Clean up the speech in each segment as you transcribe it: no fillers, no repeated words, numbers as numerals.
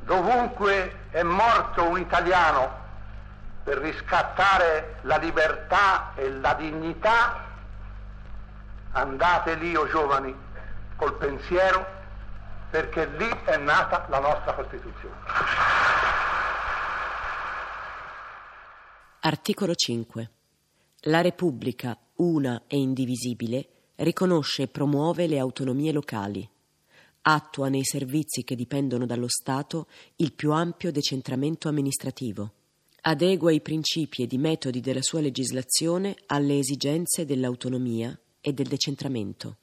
Dovunque è morto un italiano per riscattare la libertà e la dignità, andate lì, o giovani, col pensiero, perché lì è nata la nostra Costituzione. Articolo 5. La Repubblica, una e indivisibile, riconosce e promuove le autonomie locali. Attua nei servizi che dipendono dallo Stato il più ampio decentramento amministrativo. Adegua i principi ed i metodi della sua legislazione alle esigenze dell'autonomia e del decentramento.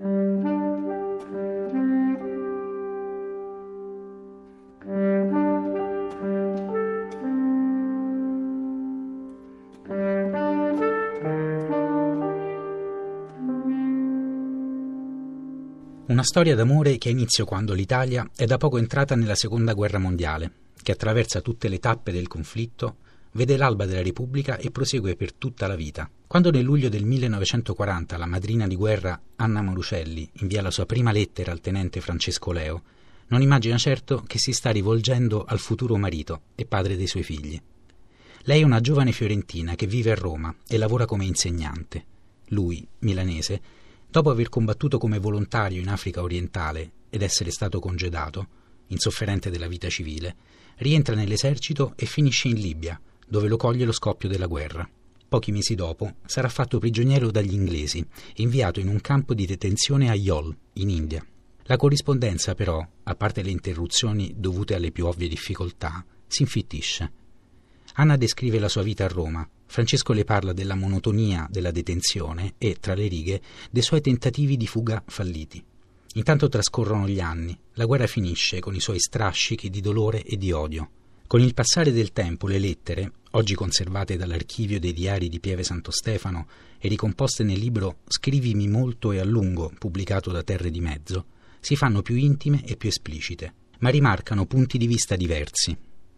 Una storia d'amore che ha inizio quando l'Italia è da poco entrata nella Seconda Guerra Mondiale, che attraversa tutte le tappe del conflitto, vede l'alba della Repubblica e prosegue per tutta la vita. Quando nel luglio del 1940 la madrina di guerra Anna Marucelli invia la sua prima lettera al tenente Francesco Leo, non immagina certo che si sta rivolgendo al futuro marito e padre dei suoi figli. Lei è una giovane fiorentina che vive a Roma e lavora come insegnante. Lui, milanese, dopo aver combattuto come volontario in Africa orientale ed essere stato congedato, insofferente della vita civile, rientra nell'esercito e finisce in Libia, dove lo coglie lo scoppio della guerra. Pochi mesi dopo sarà fatto prigioniero dagli inglesi e inviato in un campo di detenzione a Yol, in India. La corrispondenza però, a parte le interruzioni dovute alle più ovvie difficoltà, si infittisce. Anna descrive la sua vita a Roma. Francesco le parla della monotonia della detenzione e, tra le righe, dei suoi tentativi di fuga falliti. Intanto trascorrono gli anni, la guerra finisce con i suoi strascichi di dolore e di odio. Con il passare del tempo le lettere, oggi conservate dall'archivio dei diari di Pieve Santo Stefano e ricomposte nel libro Scrivimi molto e a lungo, pubblicato da Terre di Mezzo, si fanno più intime e più esplicite, ma rimarcano punti di vista diversi.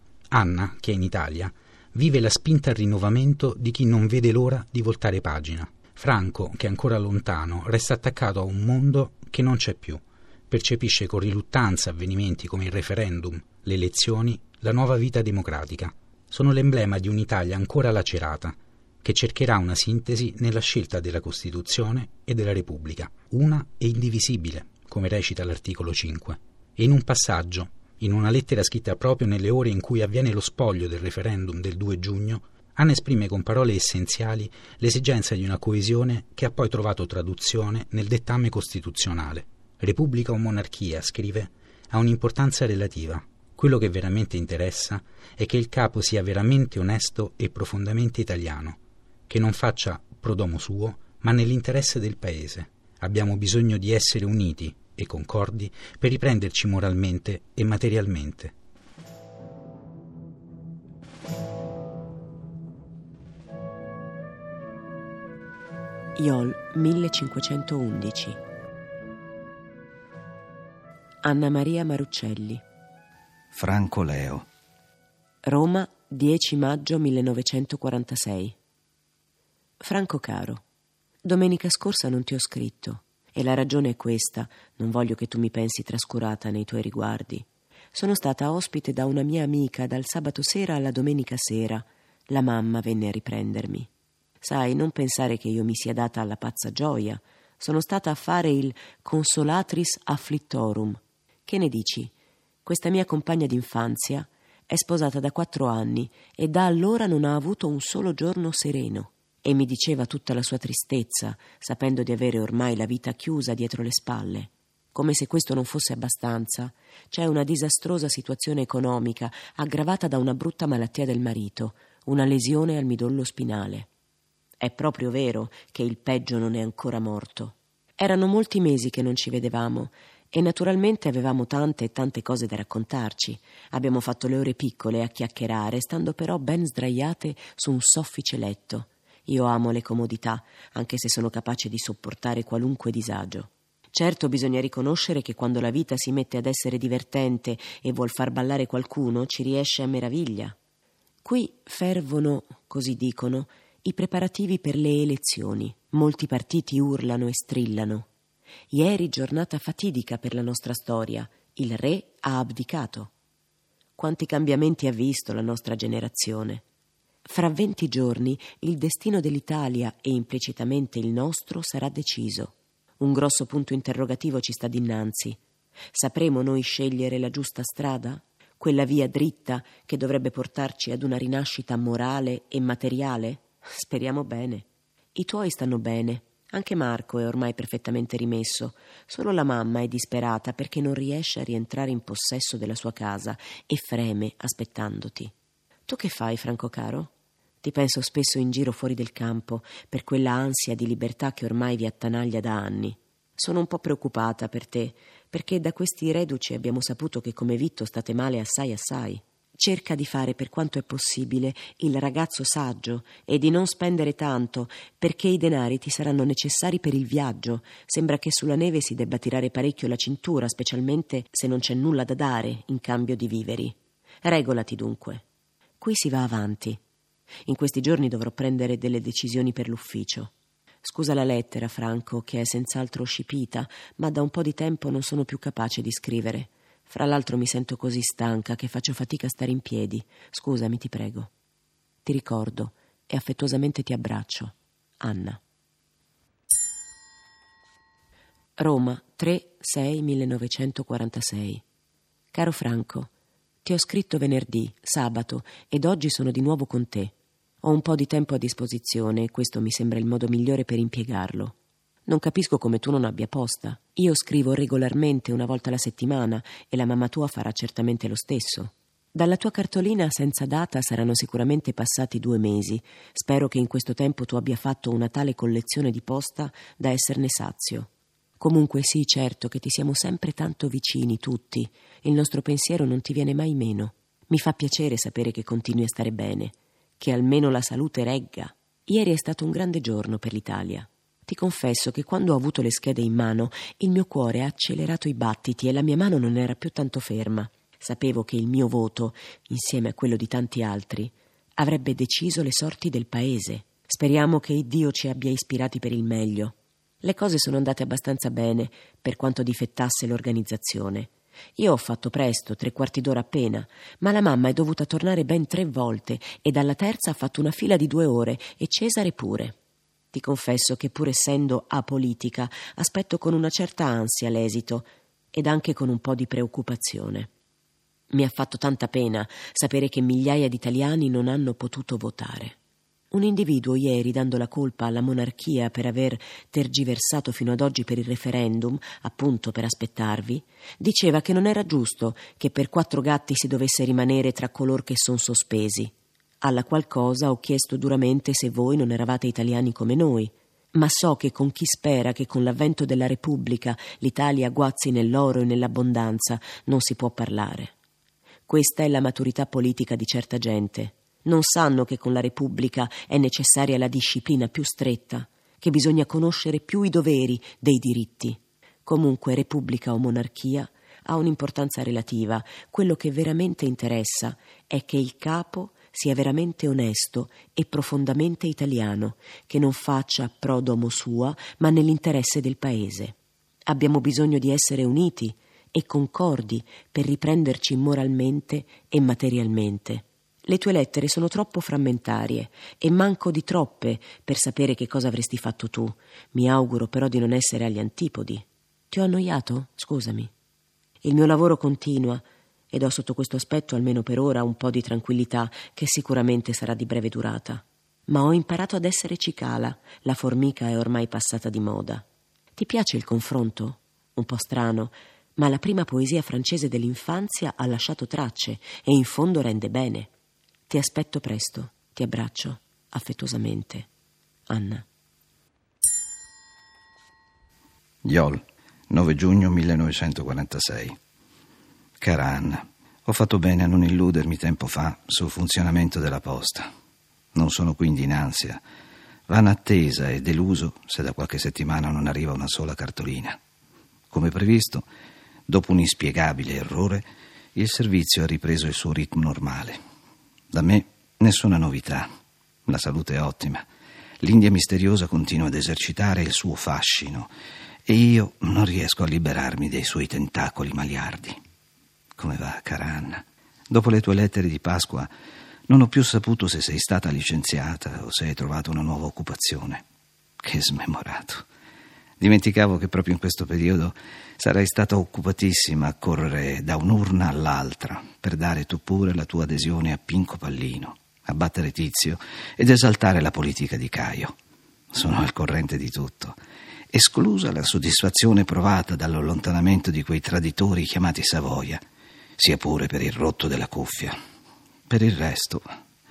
Anna, che è in Italia, vive la spinta al rinnovamento di chi non vede l'ora di voltare pagina. Franco, che è ancora lontano, resta attaccato a un mondo che non c'è più. Percepisce con riluttanza avvenimenti come il referendum, le elezioni, la nuova vita democratica. Sono l'emblema di un'Italia ancora lacerata, che cercherà una sintesi nella scelta della Costituzione e della Repubblica, una e indivisibile, come recita l'articolo 5. E in un passaggio, in una lettera scritta proprio nelle ore in cui avviene lo spoglio del referendum del 2 giugno, Anna esprime con parole essenziali l'esigenza di una coesione che ha poi trovato traduzione nel dettame costituzionale. Repubblica o monarchia, scrive, ha un'importanza relativa. Quello che veramente interessa è che il capo sia veramente onesto e profondamente italiano, che non faccia pro domo suo, ma nell'interesse del Paese. Abbiamo bisogno di essere uniti e concordi per riprenderci moralmente e materialmente. Yol, 1511. Anna Maria Marucelli. Franco Leo. Roma, 10 maggio 1946. Franco caro, domenica scorsa non ti ho scritto e la ragione è questa: non voglio che tu mi pensi trascurata nei tuoi riguardi. Sono stata ospite da una mia amica dal sabato sera alla domenica sera. La mamma venne a riprendermi. Sai, non pensare che io mi sia data alla pazza gioia. Sono stata a fare il Consolatris Afflictorum. Che ne dici? Questa mia compagna d'infanzia è sposata da 4 anni e da allora non ha avuto un solo giorno sereno. E mi diceva tutta la sua tristezza, sapendo di avere ormai la vita chiusa dietro le spalle. Come se questo non fosse abbastanza, c'è una disastrosa situazione economica aggravata da una brutta malattia del marito, una lesione al midollo spinale. È proprio vero che il peggio non è ancora morto. Erano molti mesi che non ci vedevamo e naturalmente avevamo tante e tante cose da raccontarci. Abbiamo fatto le ore piccole a chiacchierare, stando però ben sdraiate su un soffice letto. Io amo le comodità, anche se sono capace di sopportare qualunque disagio. Certo, bisogna riconoscere che quando la vita si mette ad essere divertente e vuol far ballare qualcuno, ci riesce a meraviglia. Qui fervono, così dicono, i preparativi per le elezioni. Molti partiti urlano e strillano. Ieri giornata fatidica per la nostra storia. Il re ha abdicato. Quanti cambiamenti ha visto la nostra generazione. Fra 20 giorni il destino dell'Italia e implicitamente il nostro sarà deciso. Un grosso punto interrogativo ci sta dinanzi. Sapremo noi scegliere la giusta strada? Quella via dritta che dovrebbe portarci ad una rinascita morale e materiale? Speriamo bene. I tuoi stanno bene. Anche Marco è ormai perfettamente rimesso. Solo la mamma è disperata perché non riesce a rientrare in possesso della sua casa e freme aspettandoti. Tu che fai, Franco caro? Ti penso spesso in giro fuori del campo per quella ansia di libertà che ormai vi attanaglia da anni. Sono un po' preoccupata per te, perché da questi reduci abbiamo saputo che come Vitto state male assai. Cerca di fare per quanto è possibile il ragazzo saggio e di non spendere tanto, perché i denari ti saranno necessari per il viaggio. Sembra che sulla neve si debba tirare parecchio la cintura, specialmente se non c'è nulla da dare in cambio di viveri. Regolati dunque. Qui si va avanti. In questi giorni dovrò prendere delle decisioni per l'ufficio. Scusa la lettera, Franco, che è senz'altro scipita, ma da un po' di tempo non sono più capace di scrivere. Fra l'altro mi sento così stanca che faccio fatica a stare in piedi. Scusami, ti prego. Ti ricordo e affettuosamente ti abbraccio. Anna. Roma, 3/6/1946. Caro Franco, ti ho scritto venerdì, sabato, ed oggi sono di nuovo con te. Ho un po' di tempo a disposizione e questo mi sembra il modo migliore per impiegarlo. Non capisco come tu non abbia posta. Io scrivo regolarmente una volta alla settimana e la mamma tua farà certamente lo stesso. Dalla tua cartolina senza data saranno sicuramente passati 2 mesi. Spero che in questo tempo tu abbia fatto una tale collezione di posta da esserne sazio. Comunque sì, certo che ti siamo sempre tanto vicini tutti. Il nostro pensiero non ti viene mai meno. Mi fa piacere sapere che continui a stare bene, che almeno la salute regga. Ieri è stato un grande giorno per l'Italia. Ti confesso che quando ho avuto le schede in mano, il mio cuore ha accelerato i battiti e la mia mano non era più tanto ferma. Sapevo che il mio voto, insieme a quello di tanti altri, avrebbe deciso le sorti del paese. Speriamo che Dio ci abbia ispirati per il meglio. Le cose sono andate abbastanza bene, per quanto difettasse l'organizzazione. Io ho fatto presto, 3/4 d'ora appena, ma la mamma è dovuta tornare ben 3 volte e dalla terza ha fatto una fila di 2 ore e Cesare pure. Ti confesso che pur essendo apolitica aspetto con una certa ansia l'esito ed anche con un po' di preoccupazione. Mi ha fatto tanta pena sapere che migliaia di italiani non hanno potuto votare. Un individuo ieri, dando la colpa alla monarchia per aver tergiversato fino ad oggi per il referendum, appunto per aspettarvi, diceva che non era giusto che per 4 gatti si dovesse rimanere tra coloro che son sospesi. Alla qual cosa ho chiesto duramente se voi non eravate italiani come noi, ma so che con chi spera che con l'avvento della Repubblica l'Italia guazzi nell'oro e nell'abbondanza non si può parlare. Questa è la maturità politica di certa gente. Non sanno che con la Repubblica è necessaria la disciplina più stretta, che bisogna conoscere più i doveri dei diritti. Comunque, Repubblica o monarchia ha un'importanza relativa. Quello che veramente interessa è che il capo sia veramente onesto e profondamente italiano, che non faccia pro domo sua, ma nell'interesse del paese. Abbiamo bisogno di essere uniti e concordi per riprenderci moralmente e materialmente. Le tue lettere sono troppo frammentarie e manco di troppe per sapere che cosa avresti fatto tu. Mi auguro però di non essere agli antipodi. Ti ho annoiato? Scusami. Il mio lavoro continua ed ho sotto questo aspetto, almeno per ora, un po' di tranquillità che sicuramente sarà di breve durata. Ma ho imparato ad essere cicala, la formica è ormai passata di moda. Ti piace il confronto? Un po' strano, ma la prima poesia francese dell'infanzia ha lasciato tracce e in fondo rende bene. Ti aspetto presto, ti abbraccio, affettuosamente. Anna. Yol, 9 giugno 1946. Cara Anna, ho fatto bene a non illudermi tempo fa sul funzionamento della posta. Non sono quindi in ansia, vana attesa e deluso se da qualche settimana non arriva una sola cartolina. Come previsto, dopo un inspiegabile errore, il servizio ha ripreso il suo ritmo normale. Da me nessuna novità, la salute è ottima, l'India misteriosa continua ad esercitare il suo fascino e io non riesco a liberarmi dei suoi tentacoli maliardi. Come va, cara Anna? Dopo le tue lettere di Pasqua non ho più saputo se sei stata licenziata o se hai trovato una nuova occupazione. Che smemorato. Dimenticavo che proprio in questo periodo sarai stata occupatissima a correre da un'urna all'altra per dare tu pure la tua adesione a Pinco Pallino, a battere Tizio ed esaltare la politica di Caio. Sono al corrente di tutto, esclusa la soddisfazione provata dall'allontanamento di quei traditori chiamati Savoia, sia pure per il rotto della cuffia. Per il resto,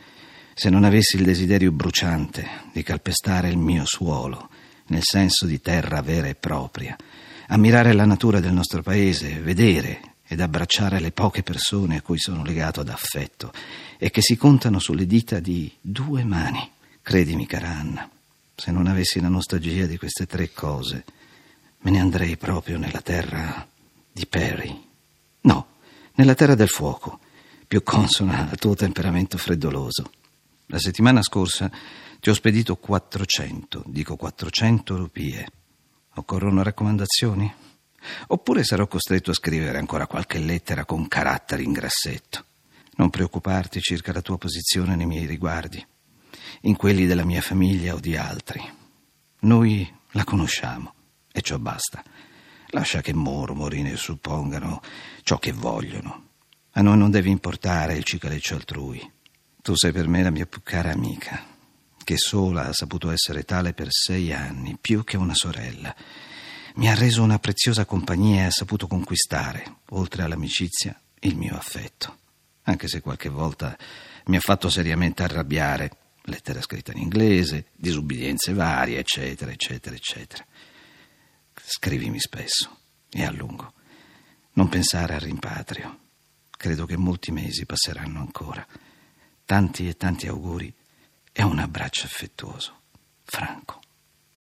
se non avessi il desiderio bruciante di calpestare il mio suolo, nel senso di terra vera e propria, ammirare la natura del nostro paese, vedere ed abbracciare le poche persone a cui sono legato ad affetto e che si contano sulle dita di 2 mani. Credimi, cara Anna, se non avessi la nostalgia di queste 3 cose, me ne andrei proprio nella terra di Perry. No, nella terra del fuoco, più consona al tuo temperamento freddoloso. La settimana scorsa ti ho spedito 400 rupie. Occorrono raccomandazioni? Oppure sarò costretto a scrivere ancora qualche lettera con caratteri in grassetto? Non preoccuparti circa la tua posizione nei miei riguardi, in quelli della mia famiglia o di altri. Noi la conosciamo e ciò basta. Lascia che mormori ne suppongano ciò che vogliono. A noi non deve importare il cicaleccio altrui. Tu sei per me la mia più cara amica, che sola ha saputo essere tale per 6 anni, più che una sorella. Mi ha reso una preziosa compagnia e ha saputo conquistare, oltre all'amicizia, il mio affetto. Anche se qualche volta mi ha fatto seriamente arrabbiare, lettera scritta in inglese, disubbidienze varie, eccetera, eccetera, eccetera. Scrivimi spesso e a lungo. Non pensare al rimpatrio. Credo che molti mesi passeranno ancora. Tanti e tanti auguri e un abbraccio affettuoso. Franco.